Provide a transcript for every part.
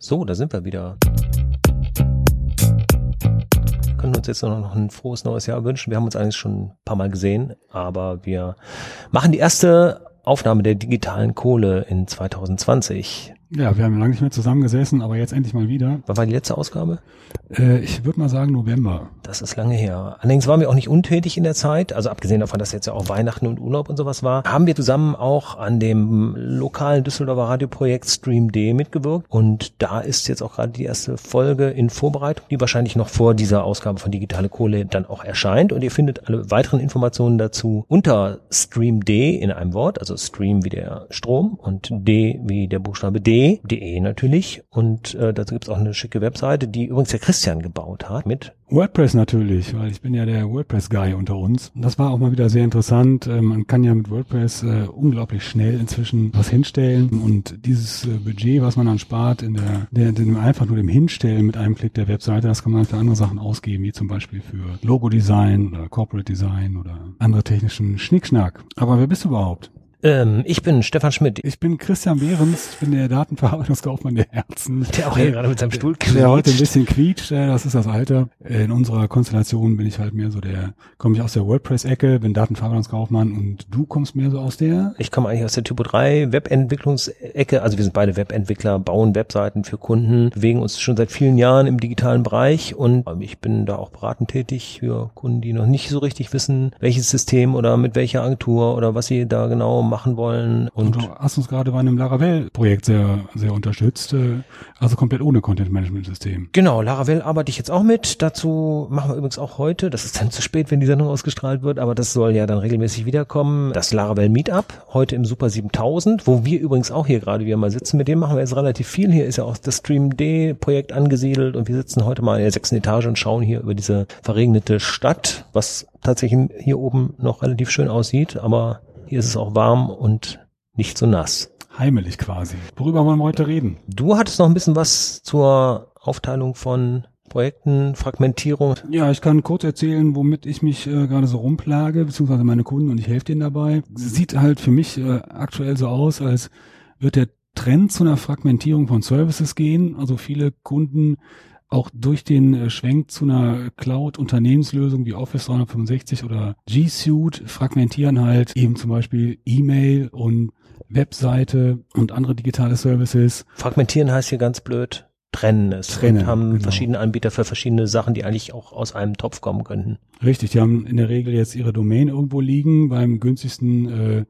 So, da sind wir wieder. Wir können uns jetzt noch ein frohes neues Jahr wünschen. Wir haben uns eigentlich schon ein paar Mal gesehen, aber wir machen die erste Aufnahme der digitalen Kohle in 2020. Ja, wir haben lange nicht mehr zusammengesessen, aber jetzt endlich mal wieder. Wann war die letzte Ausgabe? Ich würde mal sagen November. Das ist lange her. Allerdings waren wir auch nicht untätig in der Zeit. Also abgesehen davon, dass jetzt ja auch Weihnachten und Urlaub und sowas war, haben wir zusammen auch an dem lokalen Düsseldorfer Radioprojekt StreamD mitgewirkt. Und da ist jetzt auch gerade die erste Folge in Vorbereitung, die wahrscheinlich noch vor dieser Ausgabe von Digitale Kohle dann auch erscheint. Und ihr findet alle weiteren Informationen dazu unter StreamD in einem Wort, also Stream wie der Strom und D wie der Buchstabe D.de natürlich. Und dazu gibt es auch eine schicke Webseite, die übrigens der Christian gebaut hat mit WordPress natürlich, weil ich bin ja der WordPress-Guy unter uns. Das war auch mal wieder sehr interessant. Man kann ja mit WordPress unglaublich schnell inzwischen was hinstellen und dieses Budget, was man dann spart einfach nur dem Hinstellen mit einem Klick der Webseite, das kann man dann für andere Sachen ausgeben, wie zum Beispiel für Logo-Design oder Corporate Design oder andere technischen Schnickschnack. Aber wer bist du überhaupt? Ich bin Stefan Schmidt. Ich bin Christian Behrens, ich bin der Datenverarbeitungskaufmann der Herzen. Der auch hier gerade mit seinem Stuhl quietscht. Der heute ein bisschen quietscht, das ist das Alter. In unserer Konstellation bin ich halt mehr so komme ich aus der WordPress-Ecke, bin Datenverarbeitungskaufmann und du kommst mehr so aus der? Ich komme eigentlich aus der Typo 3 Webentwicklungsecke, also wir sind beide Webentwickler, bauen Webseiten für Kunden, bewegen uns schon seit vielen Jahren im digitalen Bereich und ich bin da auch beratend tätig für Kunden, die noch nicht so richtig wissen, welches System oder mit welcher Agentur oder was sie da genau machen wollen. Und du hast uns gerade bei einem Laravel-Projekt sehr, sehr unterstützt, also komplett ohne Content-Management-System. Genau, Laravel arbeite ich jetzt auch mit. Dazu machen wir übrigens auch heute, das ist dann zu spät, wenn die Sendung ausgestrahlt wird, aber das soll ja dann regelmäßig wiederkommen, das Laravel Meetup, heute im Super 7000, wo wir übrigens auch hier gerade wieder mal sitzen. Mit dem machen wir jetzt relativ viel. Hier ist ja auch das StreamD-Projekt angesiedelt und wir sitzen heute mal in der 6. Etage und schauen hier über diese verregnete Stadt, was tatsächlich hier oben noch relativ schön aussieht, aber hier ist es auch warm und nicht so nass. Heimelig quasi. Worüber wollen wir heute reden? Du hattest noch ein bisschen was zur Aufteilung von Projekten, Fragmentierung. Ja, ich kann kurz erzählen, womit ich mich gerade so rumplage, beziehungsweise meine Kunden, und ich helfe denen dabei. Sieht halt für mich aktuell so aus, als wird der Trend zu einer Fragmentierung von Services gehen. Also viele Kunden auch durch den Schwenk zu einer Cloud-Unternehmenslösung wie Office 365 oder G Suite fragmentieren halt eben zum Beispiel E-Mail und Webseite und andere digitale Services. Fragmentieren heißt hier ganz blöd trennen und haben genau. Verschiedene Anbieter für verschiedene Sachen, die eigentlich auch aus einem Topf kommen könnten. Richtig, die haben in der Regel jetzt ihre Domain irgendwo liegen beim günstigsten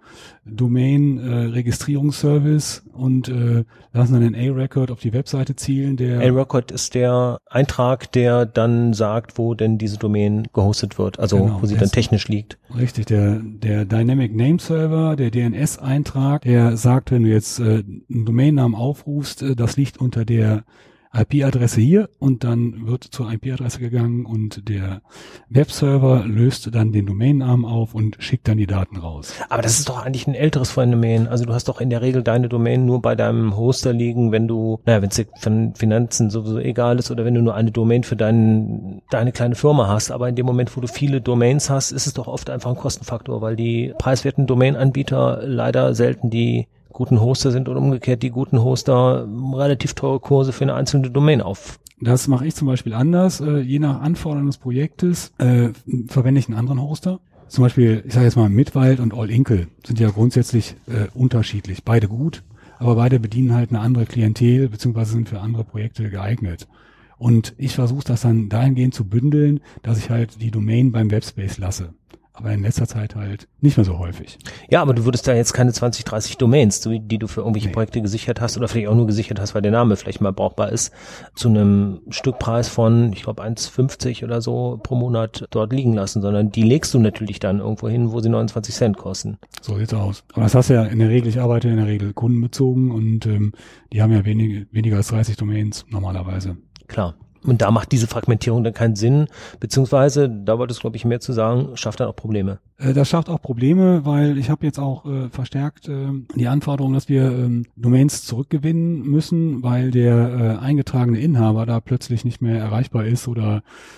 Domain-Registrierungsservice und lassen dann den A-Record auf die Webseite zielen. Der A-Record ist der Eintrag, der dann sagt, wo denn diese Domain gehostet wird, also genau, wo sie dann technisch liegt. Richtig, der Dynamic Name Server, der DNS-Eintrag, der sagt, wenn du jetzt einen Domainnamen aufrufst, das liegt unter der IP-Adresse hier und dann wird zur IP-Adresse gegangen und der Webserver löst dann den Domainnamen auf und schickt dann die Daten raus. Aber das ist doch eigentlich ein älteres Phänomen. Also du hast doch in der Regel deine Domain nur bei deinem Hoster liegen, wenn es dir von Finanzen sowieso egal ist oder wenn du nur eine Domain für deine kleine Firma hast. Aber in dem Moment, wo du viele Domains hast, ist es doch oft einfach ein Kostenfaktor, weil die preiswerten Domain-Anbieter leider selten die guten Hoster sind und umgekehrt die guten Hoster relativ teure Kurse für eine einzelne Domain auf. Das mache ich zum Beispiel anders. Je nach Anforderung des Projektes verwende ich einen anderen Hoster. Zum Beispiel, ich sage jetzt mal, Mitwald und All Inkle sind ja grundsätzlich unterschiedlich. Beide gut, aber beide bedienen halt eine andere Klientel beziehungsweise sind für andere Projekte geeignet. Und ich versuche das dann dahingehend zu bündeln, dass ich halt die Domain beim Webspace lasse. Aber in letzter Zeit halt nicht mehr so häufig. Ja, aber du würdest da jetzt keine 20, 30 Domains, die du für irgendwelche Projekte gesichert hast oder vielleicht auch nur gesichert hast, weil der Name vielleicht mal brauchbar ist, zu einem Stückpreis von, ich glaube, 1,50 oder so pro Monat dort liegen lassen, sondern die legst du natürlich dann irgendwo hin, wo sie 29 Cent kosten. So sieht's aus. Aber das hast du ja in der Regel, ich arbeite in der Regel kundenbezogen und die haben ja weniger als 30 Domains normalerweise. Klar. Und da macht diese Fragmentierung dann keinen Sinn, beziehungsweise, da wolltest du, glaube ich, mehr zu sagen, schafft dann auch Probleme. Das schafft auch Probleme, weil ich habe jetzt auch verstärkt die Anforderung, dass wir Domains zurückgewinnen müssen, weil der eingetragene Inhaber da plötzlich nicht mehr erreichbar ist oder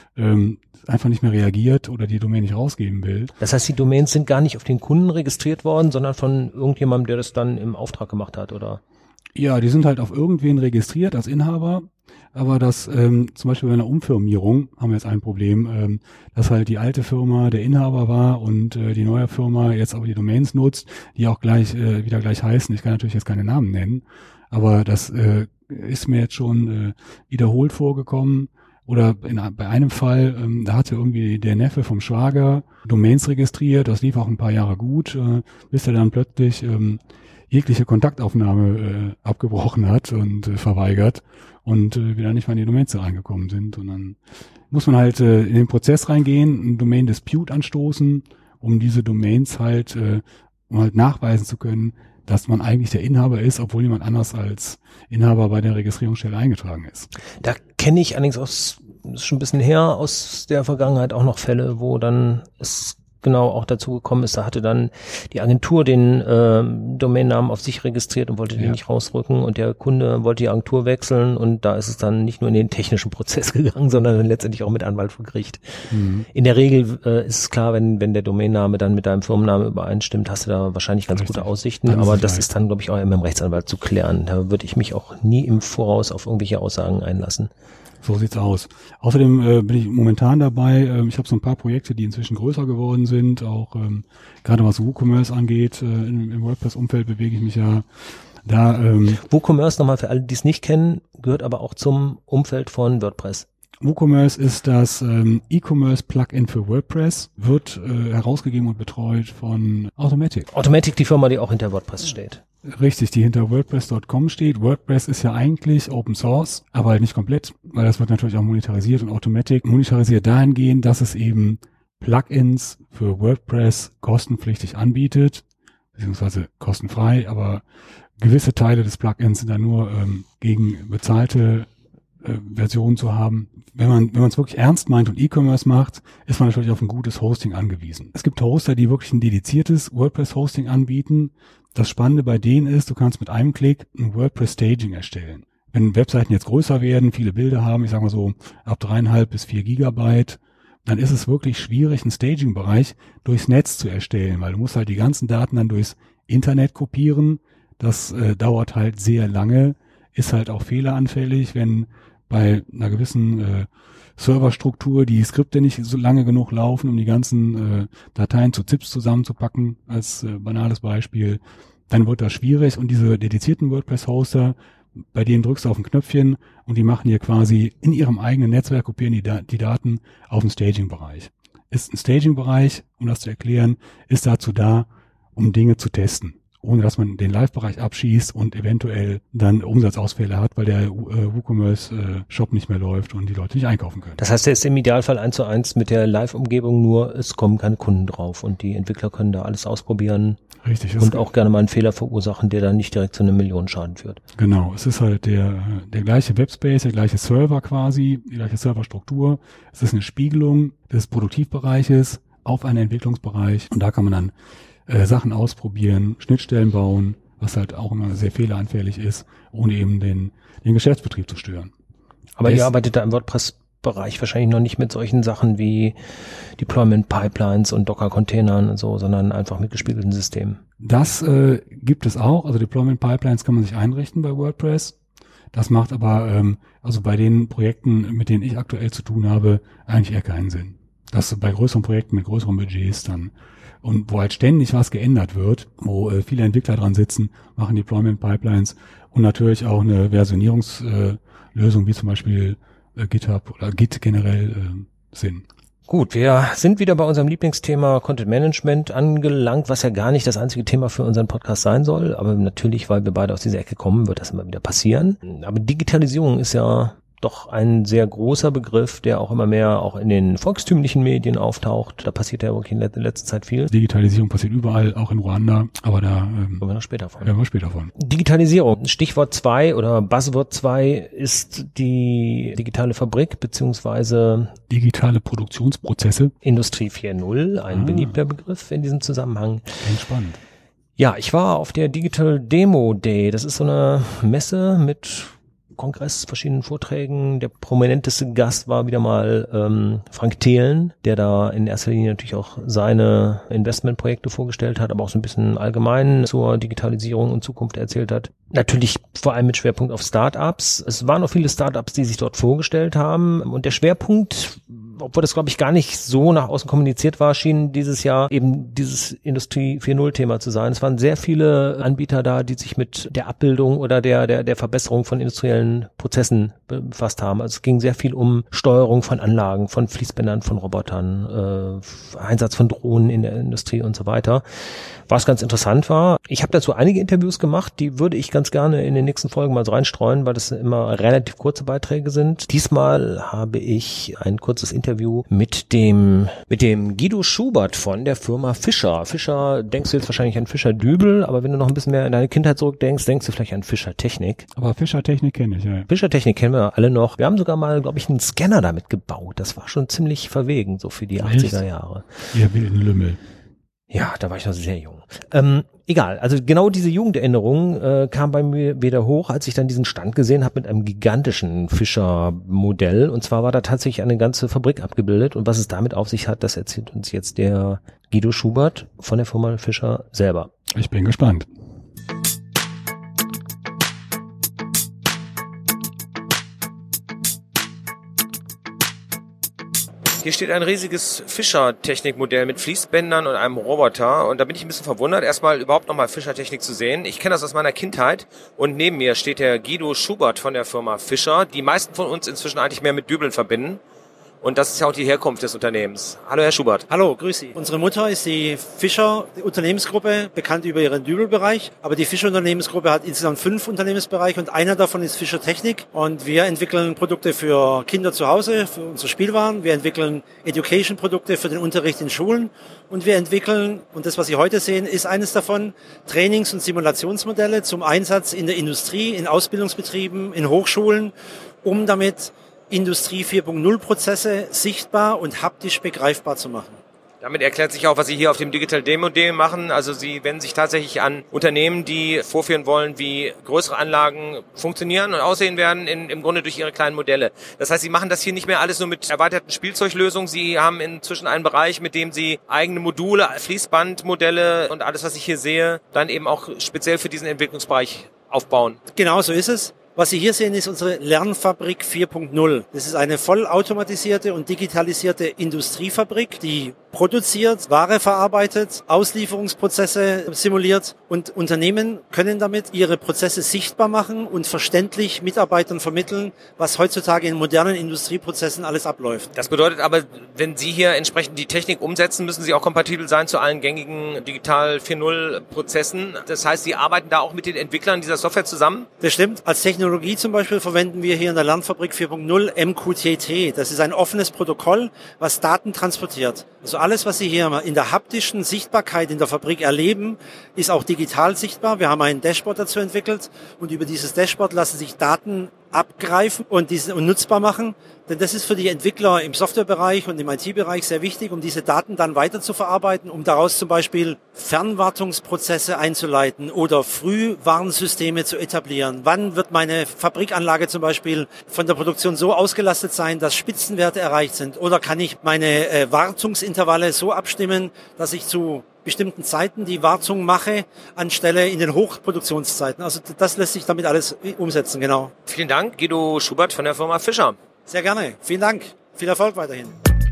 einfach nicht mehr reagiert oder die Domain nicht rausgeben will. Das heißt, die Domains sind gar nicht auf den Kunden registriert worden, sondern von irgendjemandem, der das dann im Auftrag gemacht hat, oder? Ja, die sind halt auf irgendwen registriert als Inhaber, aber das zum Beispiel bei einer Umfirmierung haben wir jetzt ein Problem, dass halt die alte Firma der Inhaber war und die neue Firma jetzt aber die Domains nutzt, die auch gleich wieder gleich heißen. Ich kann natürlich jetzt keine Namen nennen, aber das ist mir jetzt schon wiederholt vorgekommen. Oder bei einem Fall, da hatte irgendwie der Neffe vom Schwager Domains registriert, das lief auch ein paar Jahre gut, bis er dann plötzlich jegliche Kontaktaufnahme abgebrochen hat und verweigert und wieder nicht mal in die Domains reingekommen sind. Und dann muss man halt in den Prozess reingehen, ein Domain-Dispute anstoßen, um diese Domains halt, um halt nachweisen zu können, dass man eigentlich der Inhaber ist, obwohl jemand anders als Inhaber bei der Registrierungsstelle eingetragen ist. Da kenne ich allerdings ist schon ein bisschen her, aus der Vergangenheit auch noch Fälle, wo dann es genau auch dazu gekommen ist, da hatte dann die Agentur den Domainnamen auf sich registriert und wollte den nicht rausrücken und der Kunde wollte die Agentur wechseln und da ist es dann nicht nur in den technischen Prozess gegangen, sondern dann letztendlich auch mit Anwalt vor Gericht. Mhm. In der Regel ist es klar, wenn der Domainname dann mit deinem Firmennamen übereinstimmt, hast du da wahrscheinlich ganz gute Aussichten, aber das ist dann, glaube ich, auch immer im Rechtsanwalt zu klären. Da würde ich mich auch nie im Voraus auf irgendwelche Aussagen einlassen. So sieht's aus. Außerdem bin ich momentan dabei, ich habe so ein paar Projekte, die inzwischen größer geworden sind, auch gerade was WooCommerce angeht, im WordPress-Umfeld bewege ich mich ja da. WooCommerce, nochmal für alle, die es nicht kennen, gehört aber auch zum Umfeld von WordPress. WooCommerce ist das E-Commerce-Plugin für WordPress, wird herausgegeben und betreut von Automattic. Automattic, die Firma, die auch hinter WordPress steht. Richtig, die hinter WordPress.com steht. WordPress ist ja eigentlich Open Source, aber halt nicht komplett, weil das wird natürlich auch monetarisiert und Automattic monetarisiert dahingehend, dass es eben Plugins für WordPress kostenpflichtig anbietet, beziehungsweise kostenfrei, aber gewisse Teile des Plugins sind dann nur gegen bezahlte Versionen zu haben. Wenn man es wirklich ernst meint und E-Commerce macht, ist man natürlich auf ein gutes Hosting angewiesen. Es gibt Hoster, die wirklich ein dediziertes WordPress-Hosting anbieten. Das Spannende bei denen ist, du kannst mit einem Klick ein WordPress-Staging erstellen. Wenn Webseiten jetzt größer werden, viele Bilder haben, ich sage mal so ab 3,5 bis 4 Gigabyte, dann ist es wirklich schwierig, einen Staging-Bereich durchs Netz zu erstellen, weil du musst halt die ganzen Daten dann durchs Internet kopieren. Das dauert halt sehr lange, ist halt auch fehleranfällig, wenn bei einer gewissen Serverstruktur die Skripte nicht so lange genug laufen, um die ganzen Dateien zu ZIPs zusammenzupacken, als banales Beispiel, dann wird das schwierig und diese dedizierten WordPress-Hoster, bei denen drückst du auf ein Knöpfchen und die machen hier quasi in ihrem eigenen Netzwerk, kopieren die Daten auf den Staging-Bereich. Ist ein Staging-Bereich, um das zu erklären, ist dazu da, um Dinge zu testen, ohne dass man den Live-Bereich abschießt und eventuell dann Umsatzausfälle hat, weil der WooCommerce-Shop nicht mehr läuft und die Leute nicht einkaufen können. Das heißt, der ist im Idealfall 1:1 mit der Live-Umgebung, nur es kommen keine Kunden drauf und die Entwickler können da alles ausprobieren. Richtig. Und auch gerne mal einen Fehler verursachen, der dann nicht direkt zu einem Millionenschaden führt. Genau, es ist halt der gleiche Webspace, der gleiche Server quasi, die gleiche Serverstruktur. Es ist eine Spiegelung des Produktivbereiches auf einen Entwicklungsbereich und da kann man dann Sachen ausprobieren, Schnittstellen bauen, was halt auch immer sehr fehleranfällig ist, ohne eben den Geschäftsbetrieb zu stören. Aber ihr arbeitet da im WordPress-Bereich wahrscheinlich noch nicht mit solchen Sachen wie Deployment-Pipelines und Docker-Containern und so, sondern einfach mit gespiegelten Systemen. Das gibt es auch, also Deployment-Pipelines kann man sich einrichten bei WordPress. Das macht aber also bei den Projekten, mit denen ich aktuell zu tun habe, eigentlich eher keinen Sinn. Das bei größeren Projekten mit größeren Budgets dann und wo halt ständig was geändert wird, wo viele Entwickler dran sitzen, machen Deployment Pipelines und natürlich auch eine Versionierungslösung wie zum Beispiel GitHub oder Git generell Sinn. Gut, wir sind wieder bei unserem Lieblingsthema Content Management angelangt, was ja gar nicht das einzige Thema für unseren Podcast sein soll, aber natürlich, weil wir beide aus dieser Ecke kommen, wird das immer wieder passieren. Aber Digitalisierung ist ja doch ein sehr großer Begriff, der auch immer mehr auch in den volkstümlichen Medien auftaucht. Da passiert ja wirklich in letzter Zeit viel. Digitalisierung passiert überall, auch in Ruanda, aber da kommen wir noch später von. Ja, später von. Digitalisierung, Stichwort 2 oder Buzzword 2 ist die digitale Fabrik beziehungsweise digitale Produktionsprozesse. Industrie 4.0, ein beliebter Begriff in diesem Zusammenhang. Ganz spannend. Ja, ich war auf der Digital Demo Day. Das ist so eine Messe mit Kongress, verschiedenen Vorträgen. Der prominenteste Gast war wieder mal Frank Thelen, der da in erster Linie natürlich auch seine Investmentprojekte vorgestellt hat, aber auch so ein bisschen allgemein zur Digitalisierung und Zukunft erzählt hat. Natürlich vor allem mit Schwerpunkt auf Startups. Es waren auch viele Startups, die sich dort vorgestellt haben. Und der Schwerpunkt, obwohl das, glaube ich, gar nicht so nach außen kommuniziert war, schien dieses Jahr eben dieses Industrie 4.0-Thema zu sein. Es waren sehr viele Anbieter da, die sich mit der Abbildung oder der Verbesserung von industriellen Prozessen befasst haben. Also es ging sehr viel um Steuerung von Anlagen, von Fließbändern, von Robotern, Einsatz von Drohnen in der Industrie und so weiter. Was ganz interessant war, ich habe dazu einige Interviews gemacht, die würde ich ganz gerne in den nächsten Folgen mal so reinstreuen, weil das immer relativ kurze Beiträge sind. Diesmal habe ich ein kurzes Interview mit dem Guido Schubert von der Firma Fischer. Fischer, denkst du jetzt wahrscheinlich an Fischer Dübel, aber wenn du noch ein bisschen mehr in deine Kindheit zurückdenkst, denkst du vielleicht an Fischer Technik. Aber Fischer Technik kenne ich, ja. Fischer Technik kennen wir alle noch. Wir haben sogar mal, glaube ich, einen Scanner damit gebaut. Das war schon ziemlich verwegen, so für die 80er Jahre. Ihr wilden Lümmel. Ja, da war ich noch sehr jung. Egal, also genau diese Jugenderinnerung kam bei mir wieder hoch, als ich dann diesen Stand gesehen habe mit einem gigantischen Fischer-Modell. Und zwar war da tatsächlich eine ganze Fabrik abgebildet. Und was es damit auf sich hat, das erzählt uns jetzt der Guido Schubert von der Firma Fischer selber. Ich bin gespannt. Hier steht ein riesiges Fischer-Technik-Modell mit Fließbändern und einem Roboter. Und da bin ich ein bisschen verwundert, erstmal überhaupt nochmal Fischer-Technik zu sehen. Ich kenne das aus meiner Kindheit. Und neben mir steht der Guido Schubert von der Firma Fischer. Die meisten von uns inzwischen eigentlich mehr mit Dübeln verbinden. Und das ist ja auch die Herkunft des Unternehmens. Hallo, Herr Schubert. Hallo, grüß Sie. Unsere Mutter ist die Fischer Unternehmensgruppe, bekannt über ihren Dübelbereich. Aber die Fischer Unternehmensgruppe hat insgesamt 5 Unternehmensbereiche und einer davon ist Fischer Technik. Und wir entwickeln Produkte für Kinder zu Hause, für unsere Spielwaren. Wir entwickeln Education-Produkte für den Unterricht in Schulen. Und wir entwickeln, und das, was Sie heute sehen, ist eines davon, Trainings- und Simulationsmodelle zum Einsatz in der Industrie, in Ausbildungsbetrieben, in Hochschulen, um damit Industrie 4.0 Prozesse sichtbar und haptisch begreifbar zu machen. Damit erklärt sich auch, was Sie hier auf dem Digital Demo Day machen. Also Sie wenden sich tatsächlich an Unternehmen, die vorführen wollen, wie größere Anlagen funktionieren und aussehen werden, im Grunde durch Ihre kleinen Modelle. Das heißt, Sie machen das hier nicht mehr alles nur mit erweiterten Spielzeuglösungen. Sie haben inzwischen einen Bereich, mit dem Sie eigene Module, Fließbandmodelle und alles, was ich hier sehe, dann eben auch speziell für diesen Entwicklungsbereich aufbauen. Genau so ist es. Was Sie hier sehen, ist unsere Lernfabrik 4.0. Das ist eine vollautomatisierte und digitalisierte Industriefabrik, die produziert, Ware verarbeitet, Auslieferungsprozesse simuliert und Unternehmen können damit ihre Prozesse sichtbar machen und verständlich Mitarbeitern vermitteln, was heutzutage in modernen Industrieprozessen alles abläuft. Das bedeutet aber, wenn Sie hier entsprechend die Technik umsetzen, müssen Sie auch kompatibel sein zu allen gängigen Digital 4.0 Prozessen. Das heißt, Sie arbeiten da auch mit den Entwicklern dieser Software zusammen? Das stimmt. Als Technologie zum Beispiel verwenden wir hier in der Lernfabrik 4.0 MQTT. Das ist ein offenes Protokoll, was Daten transportiert. Also alles, was Sie hier in der haptischen Sichtbarkeit in der Fabrik erleben, ist auch digital sichtbar. Wir haben ein Dashboard dazu entwickelt und über dieses Dashboard lassen sich Daten abgreifen und nutzbar machen. Denn das ist für die Entwickler im Softwarebereich und im IT-Bereich sehr wichtig, um diese Daten dann weiter zu verarbeiten, um daraus zum Beispiel Fernwartungsprozesse einzuleiten oder Frühwarnsysteme zu etablieren. Wann wird meine Fabrikanlage zum Beispiel von der Produktion so ausgelastet sein, dass Spitzenwerte erreicht sind? Oder kann ich meine Wartungsintervalle so abstimmen, dass ich zu bestimmten Zeiten die Wartung mache, anstelle in den Hochproduktionszeiten. Also das lässt sich damit alles umsetzen, genau. Vielen Dank, Guido Schubert von der Firma Fischer. Sehr gerne. Vielen Dank. Viel Erfolg weiterhin.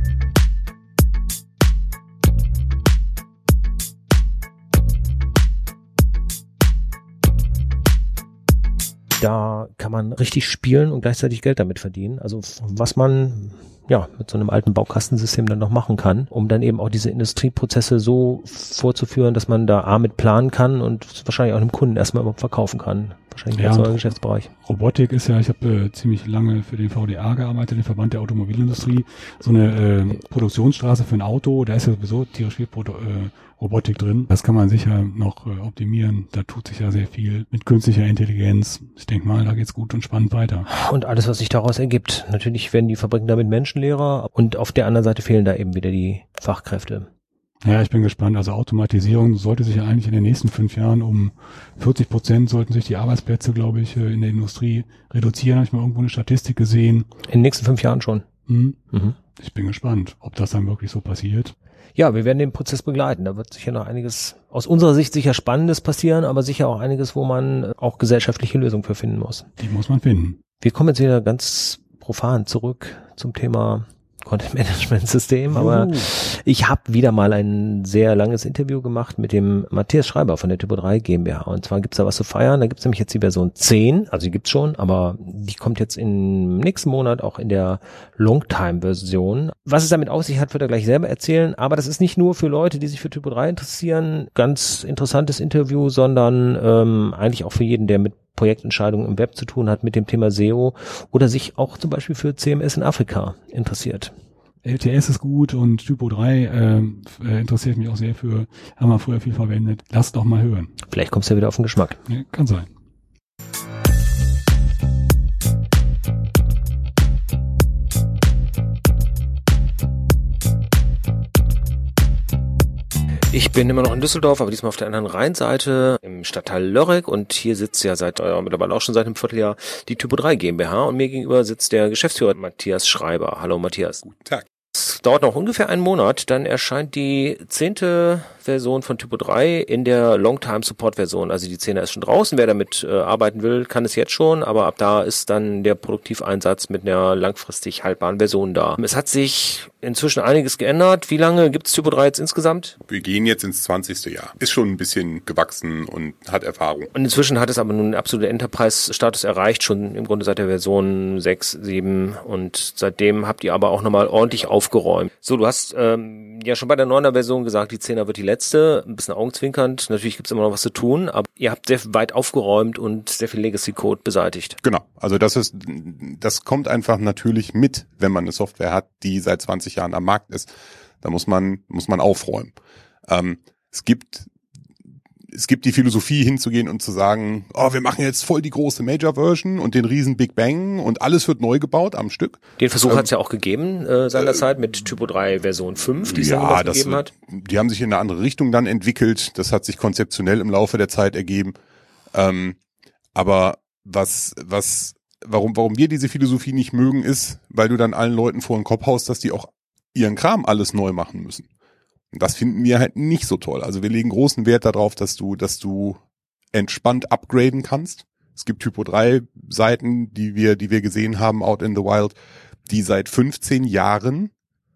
Da kann man richtig spielen und gleichzeitig Geld damit verdienen. Also was man mit so einem alten Baukastensystem dann noch machen kann, um dann eben auch diese Industrieprozesse so vorzuführen, dass man da mit planen kann und wahrscheinlich auch einem Kunden erstmal überhaupt verkaufen kann. Wahrscheinlich ein ganz neuer Geschäftsbereich. Robotik ist ja, ich habe ziemlich lange für den VDA gearbeitet, den Verband der Automobilindustrie. So eine Produktionsstraße für ein Auto, da ist ja sowieso tierisch viel Robotik drin. Das kann man sicher noch optimieren. Da tut sich ja sehr viel mit künstlicher Intelligenz. Ich denke mal, da geht's gut und spannend weiter. Und alles, was sich daraus ergibt. Natürlich werden die Fabriken damit menschenleerer und auf der anderen Seite fehlen da eben wieder die Fachkräfte. Ja, ich bin gespannt. Also Automatisierung sollte sich ja eigentlich in den nächsten 5 Jahren um 40% sollten sich die Arbeitsplätze, glaube ich, in der Industrie reduzieren. Habe ich mal irgendwo eine Statistik gesehen. In den nächsten 5 Jahren schon. Ich bin gespannt, ob das dann wirklich so passiert. Ja, wir werden den Prozess begleiten. Da wird sicher noch einiges, aus unserer Sicht sicher Spannendes passieren, aber sicher auch einiges, wo man auch gesellschaftliche Lösungen für finden muss. Die muss man finden. Wir kommen jetzt wieder ganz profan zurück zum Thema Content-Management-System, aber ich habe wieder mal ein sehr langes Interview gemacht mit dem Matthias Schreiber von der Typo 3 GmbH, und zwar gibt's da was zu feiern. Da gibt's nämlich jetzt die Version 10, also die gibt's schon, aber die kommt jetzt im nächsten Monat auch in der Longtime-Version. Was es damit auf sich hat, wird er gleich selber erzählen, aber das ist nicht nur für Leute, die sich für Typo 3 interessieren, ganz interessantes Interview, sondern eigentlich auch für jeden, der mit Projektentscheidungen im Web zu tun hat, mit dem Thema SEO oder sich auch zum Beispiel für CMS in Afrika interessiert. LTS ist gut und Typo 3 interessiert mich auch sehr für, haben wir früher viel verwendet. Lass doch mal hören. Vielleicht kommst du ja wieder auf den Geschmack. Ja, kann sein. Ich bin immer noch in Düsseldorf, aber diesmal auf der anderen Rheinseite im Stadtteil Lörrach, und hier sitzt ja mittlerweile auch schon seit einem Vierteljahr die Typo 3 GmbH, und mir gegenüber sitzt der Geschäftsführer Matthias Schreiber. Hallo Matthias. Guten Tag. Es dauert noch ungefähr einen Monat, dann erscheint die 10. Version von Typo 3 in der Longtime-Support-Version. Also die 10er ist schon draußen, wer damit arbeiten will, kann es jetzt schon, aber ab da ist dann der Produktiveinsatz mit einer langfristig haltbaren Version da. Es hat sich inzwischen einiges geändert. Wie lange gibt es Typo 3 jetzt insgesamt? Wir gehen jetzt ins 20. Jahr. Ist schon ein bisschen gewachsen und hat Erfahrung. Und inzwischen hat es aber nun einen absoluten Enterprise-Status erreicht, schon im Grunde seit der Version 6, 7, und seitdem habt ihr aber auch nochmal ordentlich aufgeräumt. So, du hast ja schon bei der 9er Version gesagt, die 10er wird die letzte, ein bisschen augenzwinkernd. Natürlich gibt es immer noch was zu tun, aber ihr habt sehr weit aufgeräumt und sehr viel Legacy-Code beseitigt. Genau, also das kommt einfach natürlich mit, wenn man eine Software hat, die seit 20 Jahren am Markt ist. Da muss man aufräumen. Es gibt die Philosophie hinzugehen und zu sagen, wir machen jetzt voll die große Major-Version und den riesen Big Bang und alles wird neu gebaut am Stück. Den Versuch hat es ja auch gegeben seinerzeit mit Typo 3 Version 5, die es dann gegeben hat. Die haben sich in eine andere Richtung dann entwickelt. Das hat sich konzeptionell im Laufe der Zeit ergeben. Aber warum wir diese Philosophie nicht mögen, ist, weil du dann allen Leuten vor den Kopf haust, dass die auch ihren Kram alles neu machen müssen. Und das finden wir halt nicht so toll. Also wir legen großen Wert darauf, dass du entspannt upgraden kannst. Es gibt Typo 3 Seiten, die wir gesehen haben, out in the wild, die seit 15 Jahren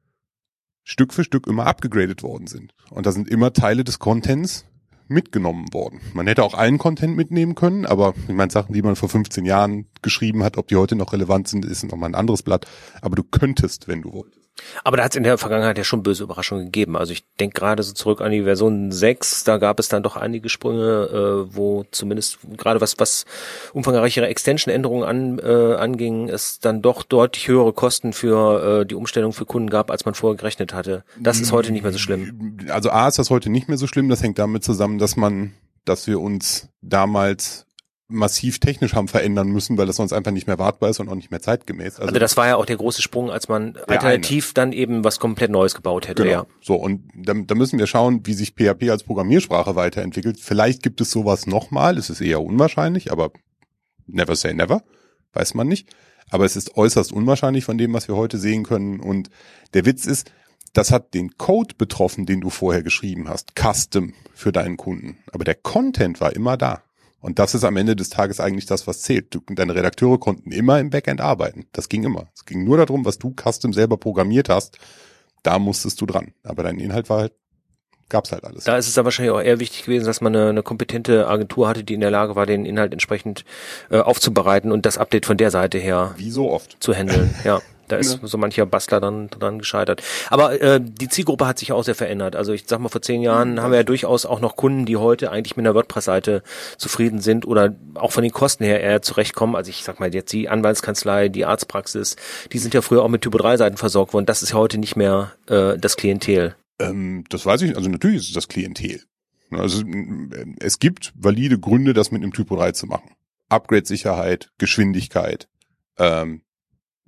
Stück für Stück immer abgegradet worden sind. Und da sind immer Teile des Contents mitgenommen worden. Man hätte auch allen Content mitnehmen können, aber ich meine, Sachen, die man vor 15 Jahren geschrieben hat, ob die heute noch relevant sind, ist nochmal ein anderes Blatt. Aber du könntest, wenn du wolltest. Aber da hat es in der Vergangenheit ja schon böse Überraschungen gegeben. Also ich denke gerade so zurück an die Version 6, da gab es dann doch einige Sprünge, wo zumindest gerade was umfangreichere Extension-Änderungen anging, es dann doch deutlich höhere Kosten für die Umstellung für Kunden gab, als man vorher gerechnet hatte. Das ist heute nicht mehr so schlimm. Also ist das heute nicht mehr so schlimm. Das hängt damit zusammen, dass wir uns damals massiv technisch haben verändern müssen, weil das sonst einfach nicht mehr wartbar ist und auch nicht mehr zeitgemäß. Also das war ja auch der große Sprung, als man alternativ dann eben was komplett Neues gebaut hätte. Genau. Ja. So, und da müssen wir schauen, wie sich PHP als Programmiersprache weiterentwickelt. Vielleicht gibt es sowas nochmal, es ist eher unwahrscheinlich, aber never say never, weiß man nicht. Aber es ist äußerst unwahrscheinlich von dem, was wir heute sehen können. Und der Witz ist, das hat den Code betroffen, den du vorher geschrieben hast, custom für deinen Kunden. Aber der Content war immer da. Und das ist am Ende des Tages eigentlich das, was zählt. Deine Redakteure konnten immer im Backend arbeiten. Das ging immer. Es ging nur darum, was du custom selber programmiert hast. Da musstest du dran. Aber dein Inhalt gab's halt alles. Da ist es dann wahrscheinlich auch eher wichtig gewesen, dass man eine kompetente Agentur hatte, die in der Lage war, den Inhalt entsprechend aufzubereiten und das Update von der Seite her wie so oft zu handeln. Ja. Da ist so mancher Bastler dann dran gescheitert. Aber die Zielgruppe hat sich auch sehr verändert. Also ich sag mal, vor 10 Jahren haben wir ja durchaus auch noch Kunden, die heute eigentlich mit einer WordPress-Seite zufrieden sind oder auch von den Kosten her eher zurechtkommen. Also ich sag mal jetzt die Anwaltskanzlei, die Arztpraxis, die sind ja früher auch mit Typo 3-Seiten versorgt worden. Das ist ja heute nicht mehr das Klientel. Das weiß ich nicht. Also natürlich ist es das Klientel. Also es gibt valide Gründe, das mit einem Typo 3 zu machen. Upgrade-Sicherheit, Geschwindigkeit,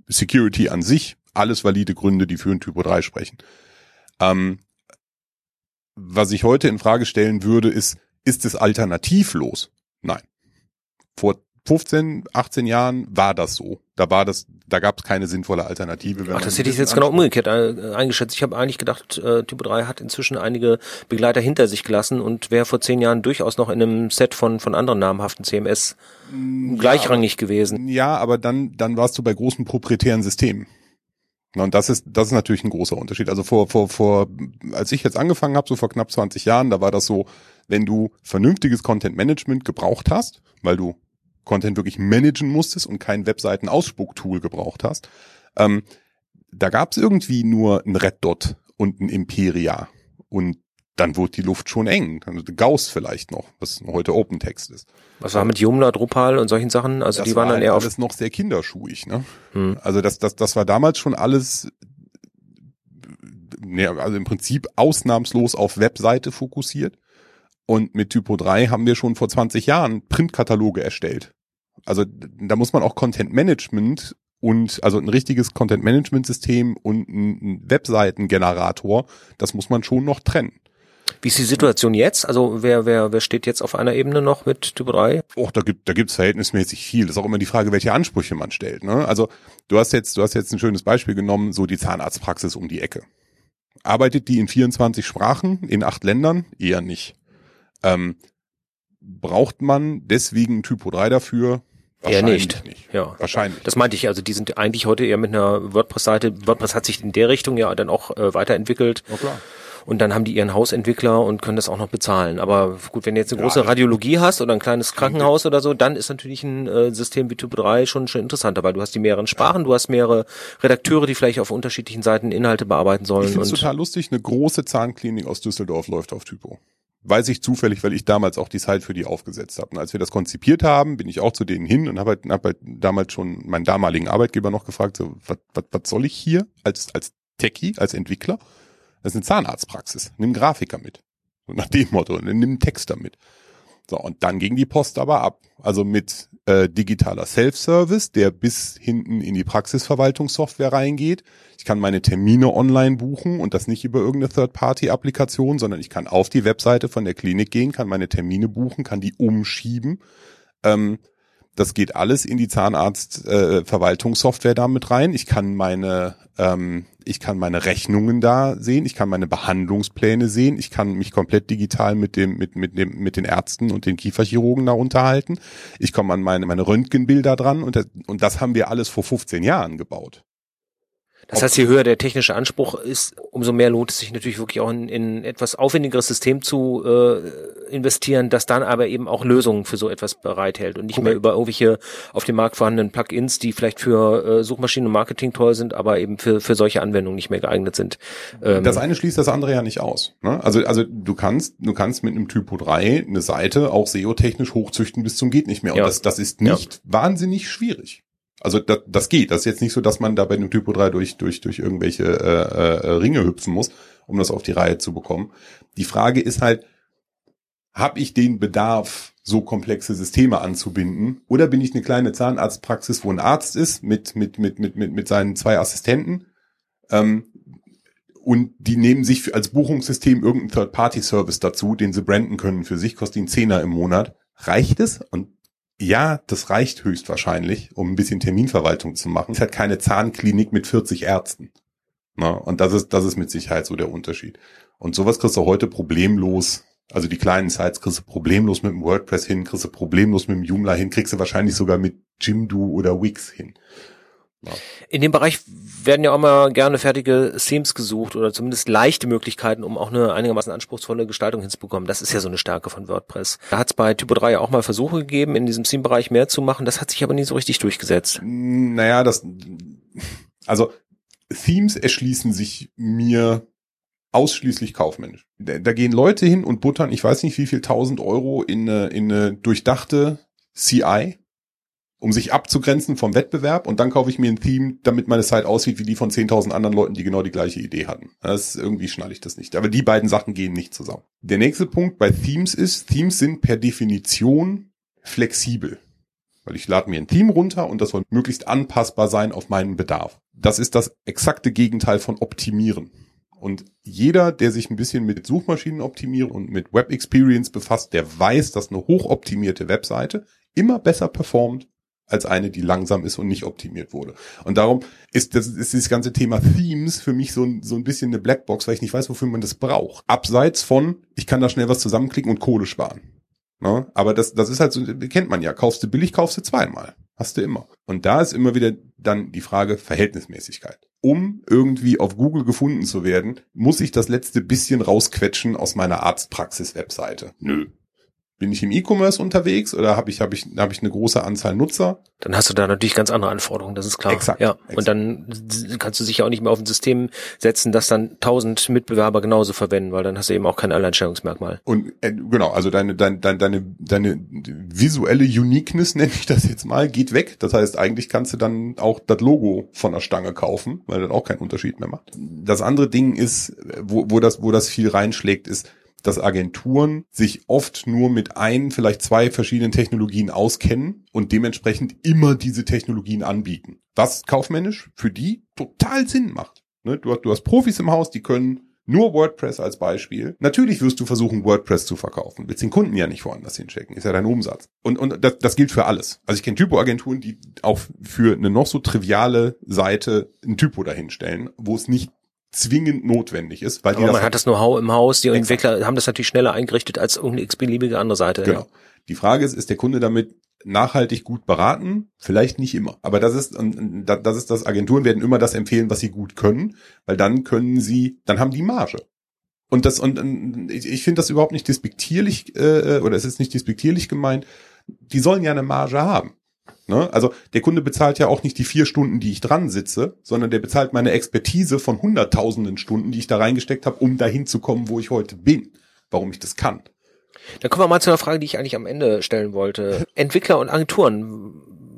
Security an sich, alles valide Gründe, die für ein Typo 3 sprechen. was ich heute in Frage stellen würde, ist es alternativlos? Nein. Vor 15, 18 Jahren war das so. Da gab es keine sinnvolle Alternative. Ach, das hätte ich jetzt genau umgekehrt eingeschätzt. Ich habe eigentlich gedacht, Typo 3 hat inzwischen einige Begleiter hinter sich gelassen und wäre vor 10 Jahren durchaus noch in einem Set von anderen namhaften CMS gleichrangig gewesen. Ja, aber dann warst du bei großen proprietären Systemen. Und das ist natürlich ein großer Unterschied. Also als ich jetzt angefangen habe, so vor knapp 20 Jahren, da war das so, wenn du vernünftiges Content Management gebraucht hast, weil du Content wirklich managen musstest und kein Webseiten-Ausspucktool gebraucht hast, da gab es irgendwie nur ein Red Dot und ein Imperia und dann wurde die Luft schon eng. Also Gauss vielleicht noch, was heute OpenText ist. Was war mit Joomla, Drupal und solchen Sachen? Also die waren dann eher alles noch sehr kinderschuhig, ne? Also das war damals schon alles, also im Prinzip ausnahmslos auf Webseite fokussiert. Und mit Typo 3 haben wir schon vor 20 Jahren Printkataloge erstellt. Also da muss man auch Content Management also ein richtiges Content Management System und ein Webseitengenerator, das muss man schon noch trennen. Wie ist die Situation jetzt? Also wer steht jetzt auf einer Ebene noch mit Typo 3? Da gibt's verhältnismäßig viel. Das ist auch immer die Frage, welche Ansprüche man stellt, ne? Also du hast jetzt ein schönes Beispiel genommen, so die Zahnarztpraxis um die Ecke. Arbeitet die in 24 Sprachen, in 8 Ländern? Eher nicht. Braucht man deswegen Typo 3 dafür? Eher nicht. Ja, wahrscheinlich. Das meinte ich, also die sind eigentlich heute eher mit einer WordPress-Seite. WordPress hat sich in der Richtung ja dann auch weiterentwickelt. Ja, klar. Und dann haben die ihren Hausentwickler und können das auch noch bezahlen. Aber gut, wenn du jetzt eine große Radiologie hast oder ein kleines Krankenhaus oder so, dann ist natürlich ein System wie Typo 3 schon interessanter, weil du hast die mehreren Sprachen, du hast mehrere Redakteure, die vielleicht auf unterschiedlichen Seiten Inhalte bearbeiten sollen. Ich finde es total lustig, eine große Zahnklinik aus Düsseldorf läuft auf Typo. Weiß ich zufällig, weil ich damals auch die Site für die aufgesetzt habe. Und als wir das konzipiert haben, bin ich auch zu denen hin und habe halt damals schon meinen damaligen Arbeitgeber noch gefragt, so, was soll ich hier als Techie, als Entwickler? Das ist eine Zahnarztpraxis. Nimm Grafiker mit. So nach dem Motto. Nimm einen Texter mit. So, und dann ging die Post aber ab. Also mit digitaler Self-Service, der bis hinten in die Praxisverwaltungssoftware reingeht. Ich kann meine Termine online buchen und das nicht über irgendeine Third-Party-Applikation, sondern ich kann auf die Webseite von der Klinik gehen, kann meine Termine buchen, kann die umschieben. Das geht alles in die Zahnarzt-Verwaltungssoftware da mit rein. Ich kann meine Rechnungen da sehen, ich kann meine Behandlungspläne sehen, ich kann mich komplett digital mit den Ärzten und den Kieferchirurgen da unterhalten. Ich komme an meine Röntgenbilder dran und das haben wir alles vor 15 Jahren gebaut. Das heißt, je höher der technische Anspruch ist, umso mehr lohnt es sich natürlich wirklich auch in etwas aufwendigeres System zu investieren, das dann aber eben auch Lösungen für so etwas bereithält und nicht mehr über irgendwelche auf dem Markt vorhandenen Plugins, die vielleicht für Suchmaschinen und Marketing toll sind, aber eben für solche Anwendungen nicht mehr geeignet sind. Das eine schließt das andere ja nicht aus. Ne? Also du kannst mit einem Typo 3 eine Seite auch SEO-technisch hochzüchten bis zum geht nicht mehr. Und das ist nicht wahnsinnig schwierig. Also das geht. Das ist jetzt nicht so, dass man da bei einem Typo 3 durch irgendwelche Ringe hüpfen muss, um das auf die Reihe zu bekommen. Die Frage ist halt, habe ich den Bedarf, so komplexe Systeme anzubinden? Oder bin ich eine kleine Zahnarztpraxis, wo ein Arzt ist mit seinen 2 Assistenten? Und die nehmen sich als Buchungssystem irgendeinen Third-Party-Service dazu, den sie branden können für sich, kostet ihnen 10er im Monat. Reicht es? Und ja, das reicht höchstwahrscheinlich, um ein bisschen Terminverwaltung zu machen. Es ist halt keine Zahnklinik mit 40 Ärzten. Na, und das ist mit Sicherheit so der Unterschied. Und sowas kriegst du heute problemlos, also die kleinen Sites kriegst du problemlos mit dem WordPress hin, kriegst du problemlos mit dem Joomla hin, kriegst du wahrscheinlich sogar mit Jimdo oder Wix hin. Ja. In dem Bereich werden ja auch mal gerne fertige Themes gesucht oder zumindest leichte Möglichkeiten, um auch eine einigermaßen anspruchsvolle Gestaltung hinzubekommen. Das ist ja so eine Stärke von WordPress. Da hat es bei Typo 3 ja auch mal Versuche gegeben, in diesem Theme-Bereich mehr zu machen. Das hat sich aber nie so richtig durchgesetzt. Naja, also Themes erschließen sich mir ausschließlich kaufmännisch. Da gehen Leute hin und buttern, ich weiß nicht wie viel 1000 Euro in eine durchdachte CI, um sich abzugrenzen vom Wettbewerb, und dann kaufe ich mir ein Theme, damit meine Site aussieht wie die von 10.000 anderen Leuten, die genau die gleiche Idee hatten. Irgendwie schnalle ich das nicht. Aber die beiden Sachen gehen nicht zusammen. Der nächste Punkt bei Themes ist, Themes sind per Definition flexibel. Weil ich lade mir ein Theme runter und das soll möglichst anpassbar sein auf meinen Bedarf. Das ist das exakte Gegenteil von optimieren. Und jeder, der sich ein bisschen mit Suchmaschinenoptimierung und mit Web Experience befasst, der weiß, dass eine hochoptimierte Webseite immer besser performt als eine, die langsam ist und nicht optimiert wurde. Und darum ist dieses ganze Thema Themes für mich so ein bisschen eine Blackbox, weil ich nicht weiß, wofür man das braucht. Abseits von, ich kann da schnell was zusammenklicken und Kohle sparen. Ne? Aber das ist halt so, kennt man ja. Kaufst du billig, kaufst du zweimal. Hast du immer. Und da ist immer wieder dann die Frage Verhältnismäßigkeit. Um irgendwie auf Google gefunden zu werden, muss ich das letzte bisschen rausquetschen aus meiner Arztpraxis-Webseite. Nö. Bin ich im E-Commerce unterwegs oder habe ich eine große Anzahl Nutzer? Dann hast du da natürlich ganz andere Anforderungen, das ist klar. Exakt. Ja. Exakt. Und dann kannst du dich ja auch nicht mehr auf ein System setzen, das dann 1000 Mitbewerber genauso verwenden, weil dann hast du eben auch kein Alleinstellungsmerkmal. Und genau, also deine visuelle Uniqueness, nenne ich das jetzt mal, geht weg. Das heißt, eigentlich kannst du dann auch das Logo von der Stange kaufen, weil das auch keinen Unterschied mehr macht. Das andere Ding ist, wo das viel reinschlägt, ist, dass Agenturen sich oft nur mit vielleicht 2 verschiedenen Technologien auskennen und dementsprechend immer diese Technologien anbieten. Was kaufmännisch für die total Sinn macht. Ne? Du hast Profis im Haus, die können nur WordPress als Beispiel. Natürlich wirst du versuchen, WordPress zu verkaufen. Willst den Kunden ja nicht woanders hinschicken. Ist ja dein Umsatz. Und das gilt für alles. Also ich kenne Typo-Agenturen, die auch für eine noch so triviale Seite ein Typo dahinstellen, wo es nicht zwingend notwendig ist, weil man hat das Know-how im Haus, die Entwickler haben das natürlich schneller eingerichtet als irgendeine x-beliebige andere Seite. Genau. Ja. Die Frage ist der Kunde damit nachhaltig gut beraten? Vielleicht nicht immer. Aber das ist das, Agenturen werden immer das empfehlen, was sie gut können, weil dann haben die Marge. Und ich finde das überhaupt nicht despektierlich, oder es ist nicht despektierlich gemeint. Die sollen ja eine Marge haben. Ne? Also der Kunde bezahlt ja auch nicht die 4 Stunden, die ich dran sitze, sondern der bezahlt meine Expertise von hunderttausenden Stunden, die ich da reingesteckt habe, um dahin zu kommen, wo ich heute bin, warum ich das kann. Dann kommen wir mal zu einer Frage, die ich eigentlich am Ende stellen wollte. Entwickler und Agenturen,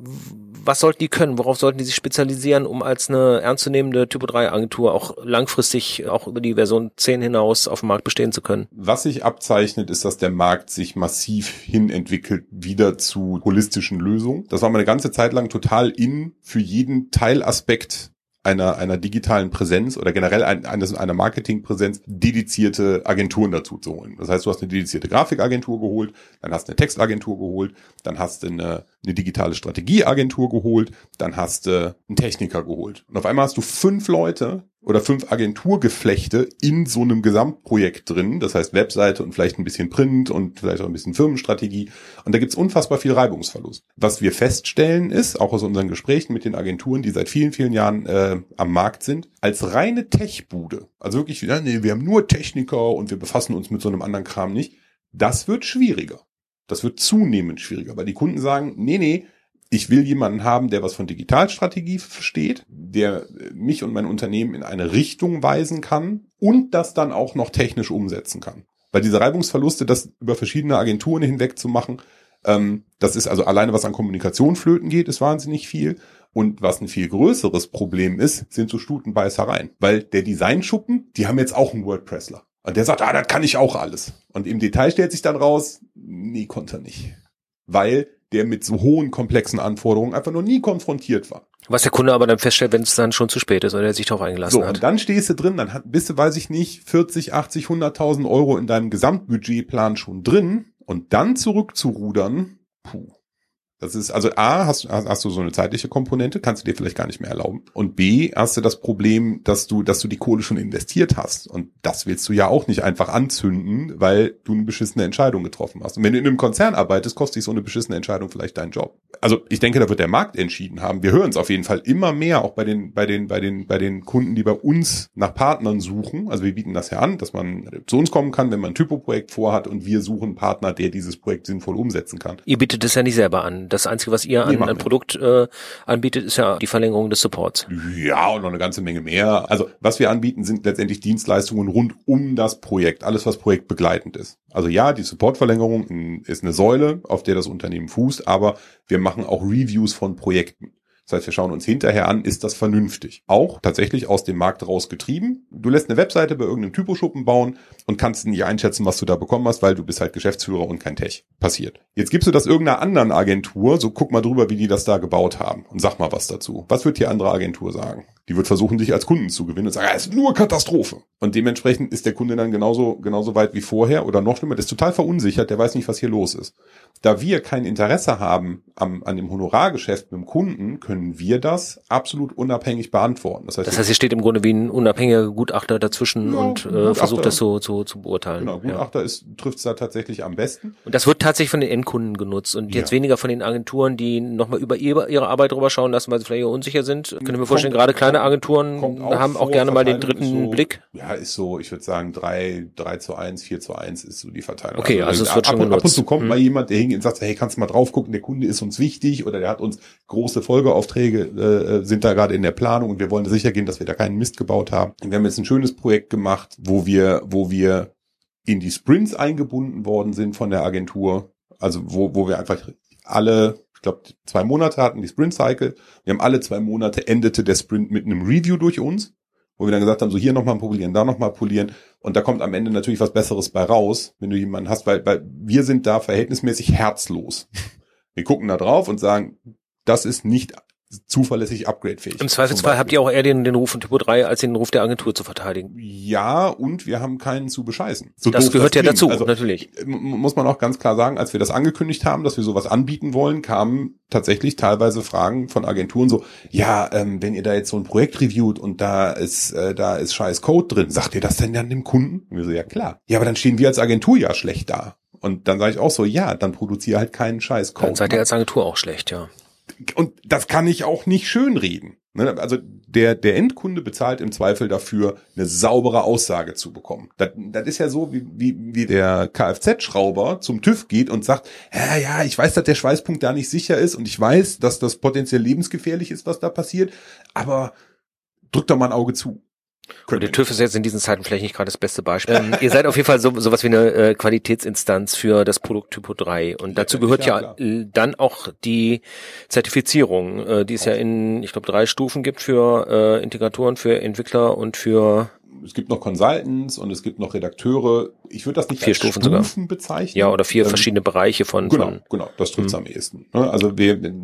was sollten die können? Worauf sollten die sich spezialisieren, um als eine ernstzunehmende Typo-3-Agentur auch langfristig, auch über die Version 10 hinaus auf dem Markt bestehen zu können? Was sich abzeichnet, ist, dass der Markt sich massiv hin entwickelt, wieder zu holistischen Lösungen. Das war mal eine ganze Zeit lang total für jeden Teilaspekt einer digitalen Präsenz oder generell einer Marketingpräsenz dedizierte Agenturen dazu zu holen. Das heißt, du hast eine dedizierte Grafikagentur geholt, dann hast du eine Textagentur geholt, dann hast du eine digitale Strategieagentur geholt, dann hast du einen Techniker geholt. Und auf einmal hast du 5 Leute oder 5 Agenturgeflechte in so einem Gesamtprojekt drin. Das heißt Webseite und vielleicht ein bisschen Print und vielleicht auch ein bisschen Firmenstrategie. Und da gibt's unfassbar viel Reibungsverlust. Was wir feststellen ist, auch aus unseren Gesprächen mit den Agenturen, die seit vielen, vielen Jahren am Markt sind, als reine Tech-Bude, also wirklich, wir haben nur Techniker und wir befassen uns mit so einem anderen Kram nicht, das wird schwieriger. Das wird zunehmend schwieriger, weil die Kunden sagen, nee, ich will jemanden haben, der was von Digitalstrategie versteht, der mich und mein Unternehmen in eine Richtung weisen kann und das dann auch noch technisch umsetzen kann. Weil diese Reibungsverluste, das über verschiedene Agenturen hinweg zu machen, das ist also alleine, was an Kommunikation flöten geht, ist wahnsinnig viel. Und was ein viel größeres Problem ist, sind so Stutenbeißereien. Weil der Designschuppen, die haben jetzt auch einen WordPressler. Und der sagt, das kann ich auch alles. Und im Detail stellt sich dann raus, nee, konnte er nicht. Weil der mit so hohen, komplexen Anforderungen einfach noch nie konfrontiert war. Was der Kunde aber dann feststellt, wenn es dann schon zu spät ist oder er sich darauf eingelassen hat. So, und dann stehst du drin, dann bist du, weiß ich nicht, 40, 80, 100.000 Euro in deinem Gesamtbudgetplan schon drin und dann zurückzurudern, Das ist, also A, hast du so eine zeitliche Komponente, kannst du dir vielleicht gar nicht mehr erlauben. Und B, hast du das Problem, dass du die Kohle schon investiert hast. Und das willst du ja auch nicht einfach anzünden, weil du eine beschissene Entscheidung getroffen hast. Und wenn du in einem Konzern arbeitest, kostet dich so eine beschissene Entscheidung vielleicht deinen Job. Also ich denke, da wird der Markt entschieden haben. Wir hören es auf jeden Fall immer mehr, auch bei den Kunden, die bei uns nach Partnern suchen. Also wir bieten das ja an, dass man zu uns kommen kann, wenn man ein Typo-Projekt vorhat und wir suchen einen Partner, der dieses Projekt sinnvoll umsetzen kann. Ihr bietet es ja nicht selber an. Das Einzige, was ihr an Produkt anbietet, ist ja die Verlängerung des Supports. Ja, und noch eine ganze Menge mehr. Also was wir anbieten, sind letztendlich Dienstleistungen rund um das Projekt. Alles, was projektbegleitend ist. Also ja, die Supportverlängerung ist eine Säule, auf der das Unternehmen fußt, aber wir machen auch Reviews von Projekten. Das heißt, wir schauen uns hinterher an, ist das vernünftig? Auch tatsächlich aus dem Markt rausgetrieben. Du lässt eine Webseite bei irgendeinem Typoschuppen bauen und kannst nicht einschätzen, was du da bekommen hast, weil du bist halt Geschäftsführer und kein Tech. Passiert. Jetzt gibst du das irgendeiner anderen Agentur, so guck mal drüber, wie die das da gebaut haben und sag mal was dazu. Was wird die andere Agentur sagen? Die wird versuchen, dich als Kunden zu gewinnen und sagen, es ist nur Katastrophe. Und dementsprechend ist der Kunde dann genauso weit wie vorher oder noch schlimmer, der ist total verunsichert, der weiß nicht, was hier los ist. Da wir kein Interesse haben an dem Honorargeschäft mit dem Kunden, können wir das absolut unabhängig beantworten. Das heißt, hier steht im Grunde wie ein unabhängiger Gutachter dazwischen und versucht das so zu beurteilen. Genau, Gutachter trifft es da tatsächlich am besten. Und das wird tatsächlich von den Endkunden genutzt und jetzt weniger von den Agenturen, die nochmal über ihre Arbeit drüber schauen lassen, weil sie vielleicht unsicher sind. Können wir vorstellen, gerade kleine Agenturen haben auch gerne mal den dritten Blick. Ja, ist so, ich würde sagen 3:1, 4:1 ist so die Verteilung. Okay, also es wird schon genutzt. Ab und zu kommt mal jemand, der hingeht und sagt, hey, kannst du mal drauf gucken, der Kunde ist uns wichtig oder der hat uns große Folgeaufträge, sind da gerade in der Planung und wir wollen sicher gehen, dass wir da keinen Mist gebaut haben. Wir haben jetzt ein schönes Projekt gemacht, wo wir in die Sprints eingebunden worden sind von der Agentur, also wo wir einfach alle, ich glaube 2 Monate hatten die Sprint-Cycle, wir haben alle 2 Monate endete der Sprint mit einem Review durch uns, wo wir dann gesagt haben, so hier nochmal polieren, da nochmal polieren und da kommt am Ende natürlich was Besseres bei raus, wenn du jemanden hast, weil wir sind da verhältnismäßig herzlos. Wir gucken da drauf und sagen, das ist nicht zuverlässig upgradefähig. Im Zweifelsfall habt ihr auch eher den Ruf von Typo 3 als den Ruf der Agentur zu verteidigen. Ja, und wir haben keinen zu bescheißen. So das gehört ja dazu, also, natürlich. Muss man auch ganz klar sagen, als wir das angekündigt haben, dass wir sowas anbieten wollen, kamen tatsächlich teilweise Fragen von Agenturen so, ja, wenn ihr da jetzt so ein Projekt reviewt und da ist scheiß Code drin, sagt ihr das denn dann dem Kunden? Und wir so, ja klar. Ja, aber dann stehen wir als Agentur ja schlecht da. Und dann sage ich auch so, ja, dann produziere halt keinen scheiß Code. Dann seid ihr als Agentur auch schlecht, ja. Und das kann ich auch nicht schönreden. Also der Endkunde bezahlt im Zweifel dafür, eine saubere Aussage zu bekommen. Das ist ja so, wie der Kfz-Schrauber zum TÜV geht und sagt, ja, ich weiß, dass der Schweißpunkt da nicht sicher ist und ich weiß, dass das potenziell lebensgefährlich ist, was da passiert, aber drückt doch mal ein Auge zu. Und der TÜV ist jetzt in diesen Zeiten vielleicht nicht gerade das beste Beispiel. Ihr seid auf jeden Fall sowas wie eine Qualitätsinstanz für das Produkt Typo 3. Und dazu gehört ja dann auch die Zertifizierung, die es ja in, ich glaube, 3 Stufen gibt für Integratoren, für Entwickler und für... Es gibt noch Consultants und es gibt noch Redakteure. Ich würde das nicht 4 als Stufen sogar bezeichnen. Ja, oder 4 verschiedene Bereiche von... Genau, das trifft's am ehesten. Also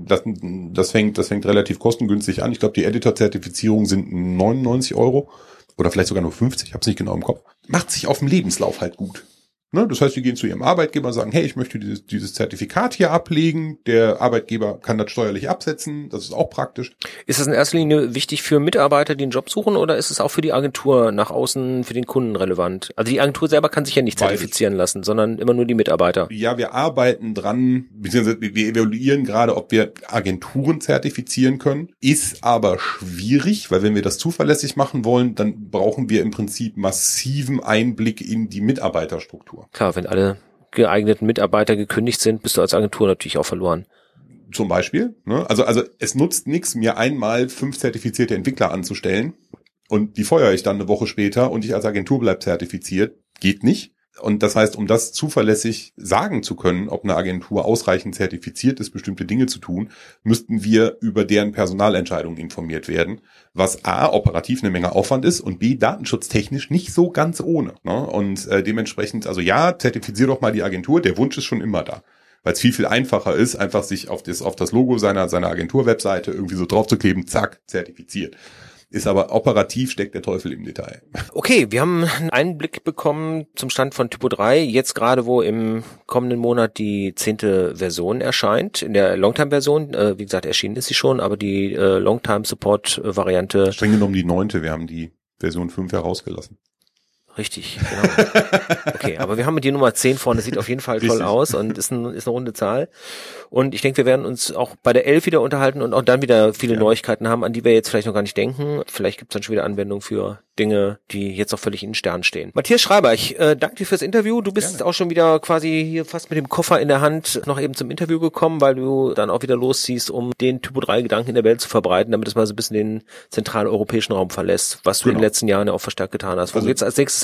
das fängt relativ kostengünstig an. Ich glaube, die Editor-Zertifizierung sind 99 € oder vielleicht sogar nur 50, ich habe es nicht genau im Kopf. Macht sich auf dem Lebenslauf halt gut. Das heißt, die gehen zu ihrem Arbeitgeber und sagen, hey, ich möchte dieses Zertifikat hier ablegen. Der Arbeitgeber kann das steuerlich absetzen. Das ist auch praktisch. Ist das in erster Linie wichtig für Mitarbeiter, die einen Job suchen, oder ist es auch für die Agentur nach außen, für den Kunden relevant? Also die Agentur selber kann sich ja nicht zertifizieren lassen, sondern immer nur die Mitarbeiter. Ja, wir arbeiten dran, beziehungsweise wir evaluieren gerade, ob wir Agenturen zertifizieren können. Ist aber schwierig, weil wenn wir das zuverlässig machen wollen, dann brauchen wir im Prinzip massiven Einblick in die Mitarbeiterstruktur. Klar, wenn alle geeigneten Mitarbeiter gekündigt sind, bist du als Agentur natürlich auch verloren. Zum Beispiel. Also es nutzt nichts, mir einmal 5 zertifizierte Entwickler anzustellen und die feuere ich dann eine Woche später und ich als Agentur bleib zertifiziert. Geht nicht. Und das heißt, um das zuverlässig sagen zu können, ob eine Agentur ausreichend zertifiziert ist, bestimmte Dinge zu tun, müssten wir über deren Personalentscheidungen informiert werden, was A, operativ eine Menge Aufwand ist und B, datenschutztechnisch nicht so ganz ohne. Und dementsprechend, also ja, zertifizier doch mal die Agentur, der Wunsch ist schon immer da. Weil es viel einfacher ist, einfach sich auf das Logo seiner Agentur-Webseite irgendwie so drauf zu kleben, zack, zertifiziert. Ist aber operativ steckt der Teufel im Detail. Okay, wir haben einen Einblick bekommen zum Stand von Typo 3, jetzt gerade wo im kommenden Monat die 10. Version erscheint, in der Longtime-Version, wie gesagt, erschienen ist sie schon, aber die Longtime-Support-Variante... Streng genommen die 9., wir haben die Version 5 herausgelassen. Richtig, genau. Okay, aber wir haben mit die Nummer 10 vorne, sieht auf jeden Fall toll aus und ist eine runde Zahl. Und ich denke, wir werden uns auch bei der 11 wieder unterhalten und auch dann wieder viele Neuigkeiten haben, an die wir jetzt vielleicht noch gar nicht denken. Vielleicht gibt es dann schon wieder Anwendungen für Dinge, die jetzt auch völlig in den Sternen stehen. Matthias Schreiber, ich danke dir fürs Interview. Du bist auch schon wieder quasi hier fast mit dem Koffer in der Hand noch eben zum Interview gekommen, weil du dann auch wieder losziehst, um den Typo 3 Gedanken in der Welt zu verbreiten, damit es mal so ein bisschen den zentraleuropäischen Raum verlässt, was du in den letzten Jahren ja auch verstärkt getan hast. Wo geht's als nächstes hin?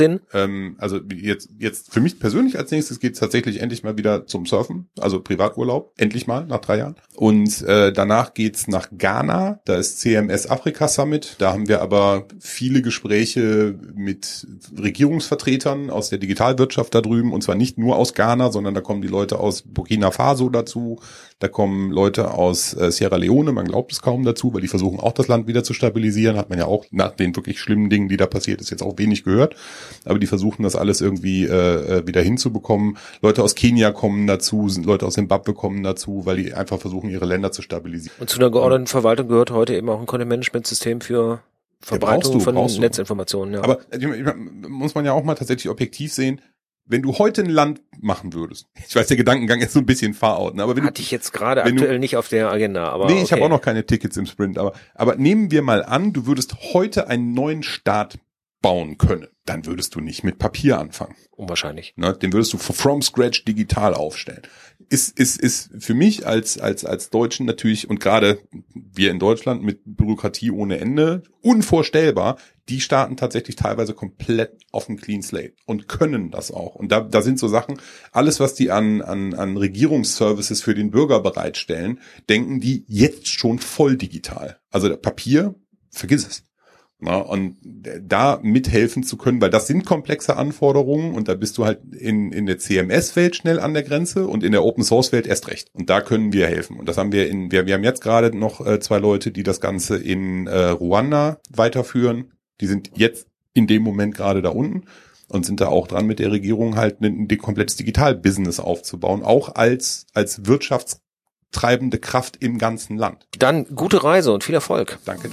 Sinn? Also jetzt für mich persönlich als nächstes geht es tatsächlich endlich mal wieder zum Surfen, also Privaturlaub, endlich mal nach 3 Jahren. Und danach geht's nach Ghana, da ist CMS Afrika Summit, da haben wir aber viele Gespräche mit Regierungsvertretern aus der Digitalwirtschaft da drüben, und zwar nicht nur aus Ghana, sondern da kommen die Leute aus Burkina Faso dazu, da kommen Leute aus Sierra Leone, man glaubt es kaum dazu, weil die versuchen auch das Land wieder zu stabilisieren, hat man ja auch nach den wirklich schlimmen Dingen, die da passiert ist, jetzt auch wenig gehört, aber die versuchen das alles irgendwie wieder hinzubekommen. Leute aus Kenia kommen dazu, Leute aus Zimbabwe kommen dazu, weil die einfach versuchen, ihre Länder zu stabilisieren. Und zu einer geordneten Verwaltung gehört heute eben auch ein Content-Management-System für Verbreitung von Netzinformationen. Ja. Aber muss man ja auch mal tatsächlich objektiv sehen, wenn du heute ein Land machen würdest, ich weiß, der Gedankengang ist so ein bisschen far out, ne? Aber hatte ich jetzt gerade aktuell nicht auf der Agenda. Aber nee, ich habe auch noch keine Tickets im Sprint, aber nehmen wir mal an, du würdest heute einen neuen Staat bauen können, dann würdest du nicht mit Papier anfangen. Unwahrscheinlich. Ne? Den würdest du from scratch digital aufstellen. Ist für mich als Deutschen natürlich, und gerade wir in Deutschland mit Bürokratie ohne Ende, unvorstellbar. Die starten tatsächlich teilweise komplett auf dem Clean Slate und können das auch. Und da sind so Sachen, alles was die an Regierungsservices für den Bürger bereitstellen, denken die jetzt schon voll digital. Also Papier, vergiss es. Na, und da mithelfen zu können, weil das sind komplexe Anforderungen, und da bist du halt in der CMS-Welt schnell an der Grenze und in der Open-Source-Welt erst recht. Und da können wir helfen. Und das haben wir wir haben jetzt gerade noch 2 Leute, die das Ganze in Ruanda weiterführen. Die sind jetzt in dem Moment gerade da unten und sind da auch dran, mit der Regierung halt ein komplettes Digital-Business aufzubauen, auch als wirtschaftstreibende Kraft im ganzen Land. Dann gute Reise und viel Erfolg. Danke.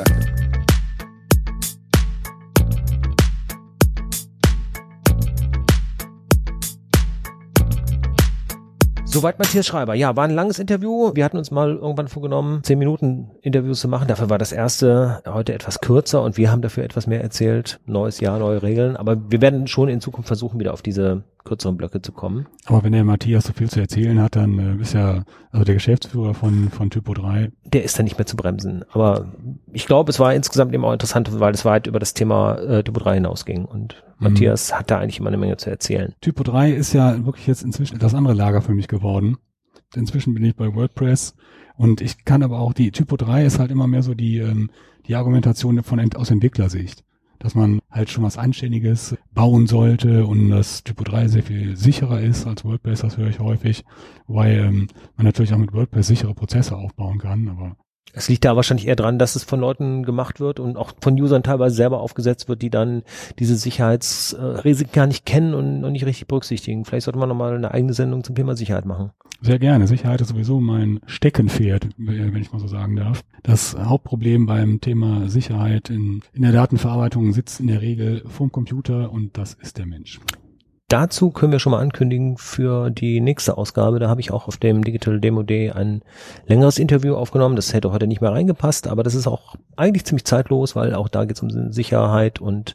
Soweit Matthias Schreiber. Ja, war ein langes Interview. Wir hatten uns mal irgendwann vorgenommen, 10 Minuten Interviews zu machen. Dafür war das erste heute etwas kürzer und wir haben dafür etwas mehr erzählt. Neues Jahr, neue Regeln. Aber wir werden schon in Zukunft versuchen, wieder auf diese kürzeren Blöcke zu kommen. Aber wenn der Matthias so viel zu erzählen hat, dann ist ja, also der Geschäftsführer von Typo 3. Der ist dann nicht mehr zu bremsen. Aber ich glaube, es war insgesamt eben auch interessant, weil es weit über das Thema Typo 3 hinausging. Und Matthias hat da eigentlich immer eine Menge zu erzählen. Typo 3 ist ja wirklich jetzt inzwischen das andere Lager für mich geworden. Inzwischen bin ich bei WordPress und ich kann aber auch die Typo 3 ist halt immer mehr so die Argumentation aus Entwicklersicht, dass man halt schon was Anständiges bauen sollte und dass Typo 3 sehr viel sicherer ist als WordPress, das höre ich häufig, weil man natürlich auch mit WordPress sichere Prozesse aufbauen kann, aber es liegt da wahrscheinlich eher dran, dass es von Leuten gemacht wird und auch von Usern teilweise selber aufgesetzt wird, die dann diese Sicherheitsrisiken gar nicht kennen und nicht richtig berücksichtigen. Vielleicht sollte man nochmal eine eigene Sendung zum Thema Sicherheit machen. Sehr gerne. Sicherheit ist sowieso mein Steckenpferd, wenn ich mal so sagen darf. Das Hauptproblem beim Thema Sicherheit in der Datenverarbeitung sitzt in der Regel vorm Computer und das ist der Mensch. Dazu können wir schon mal ankündigen für die nächste Ausgabe. Da habe ich auch auf dem Digital Demo Day ein längeres Interview aufgenommen. Das hätte heute nicht mehr reingepasst, aber das ist auch eigentlich ziemlich zeitlos, weil auch da geht es um Sicherheit und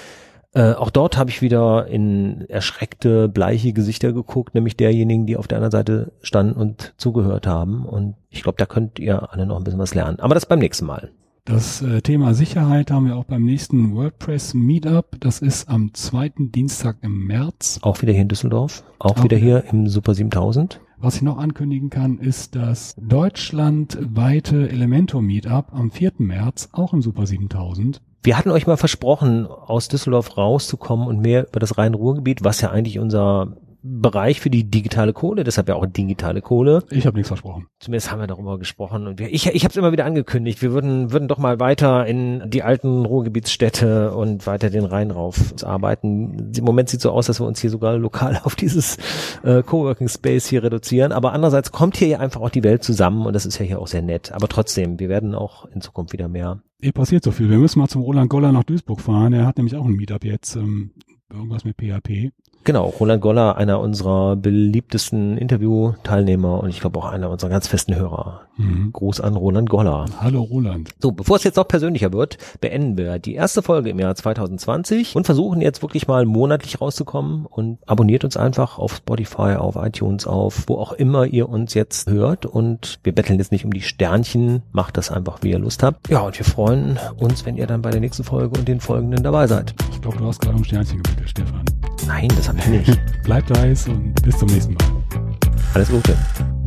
auch dort habe ich wieder in erschreckte, bleiche Gesichter geguckt, nämlich derjenigen, die auf der anderen Seite standen und zugehört haben. Und ich glaube, da könnt ihr alle noch ein bisschen was lernen. Aber das beim nächsten Mal. Das Thema Sicherheit haben wir auch beim nächsten WordPress Meetup. Das ist am 2. Dienstag im März. Auch wieder hier in Düsseldorf. Auch wieder hier im Super 7000. Was ich noch ankündigen kann, ist das deutschlandweite Elementor Meetup am 4. März, auch im Super 7000. Wir hatten euch mal versprochen, aus Düsseldorf rauszukommen und mehr über das Rhein-Ruhr-Gebiet, was ja eigentlich unser Bereich für die digitale Kohle, deshalb ja auch digitale Kohle. Ich habe nichts versprochen. Zumindest haben wir darüber gesprochen und ich habe es immer wieder angekündigt, wir würden doch mal weiter in die alten Ruhrgebietsstädte und weiter den Rhein rauf arbeiten. Im Moment sieht es so aus, dass wir uns hier sogar lokal auf dieses Coworking Space hier reduzieren, aber andererseits kommt hier ja einfach auch die Welt zusammen und das ist ja hier auch sehr nett. Aber trotzdem, wir werden auch in Zukunft wieder mehr. Hier passiert so viel. Wir müssen mal zum Roland Goller nach Duisburg fahren. Er hat nämlich auch ein Meetup jetzt, irgendwas mit PHP. Genau, Roland Goller, einer unserer beliebtesten Interviewteilnehmer und ich glaube auch einer unserer ganz festen Hörer. Gruß an Roland Goller. Hallo Roland. So, bevor es jetzt noch persönlicher wird, beenden wir die erste Folge im Jahr 2020 und versuchen jetzt wirklich mal monatlich rauszukommen und abonniert uns einfach auf Spotify, auf iTunes, auf wo auch immer ihr uns jetzt hört und wir betteln jetzt nicht um die Sternchen, macht das einfach, wie ihr Lust habt. Ja, und wir freuen uns, wenn ihr dann bei der nächsten Folge und den folgenden dabei seid. Ich glaube, du hast gerade um Sternchen gebettelt, Stefan. Nein, das habe ich nicht. Bleibt heiß und bis zum nächsten Mal. Alles Gute.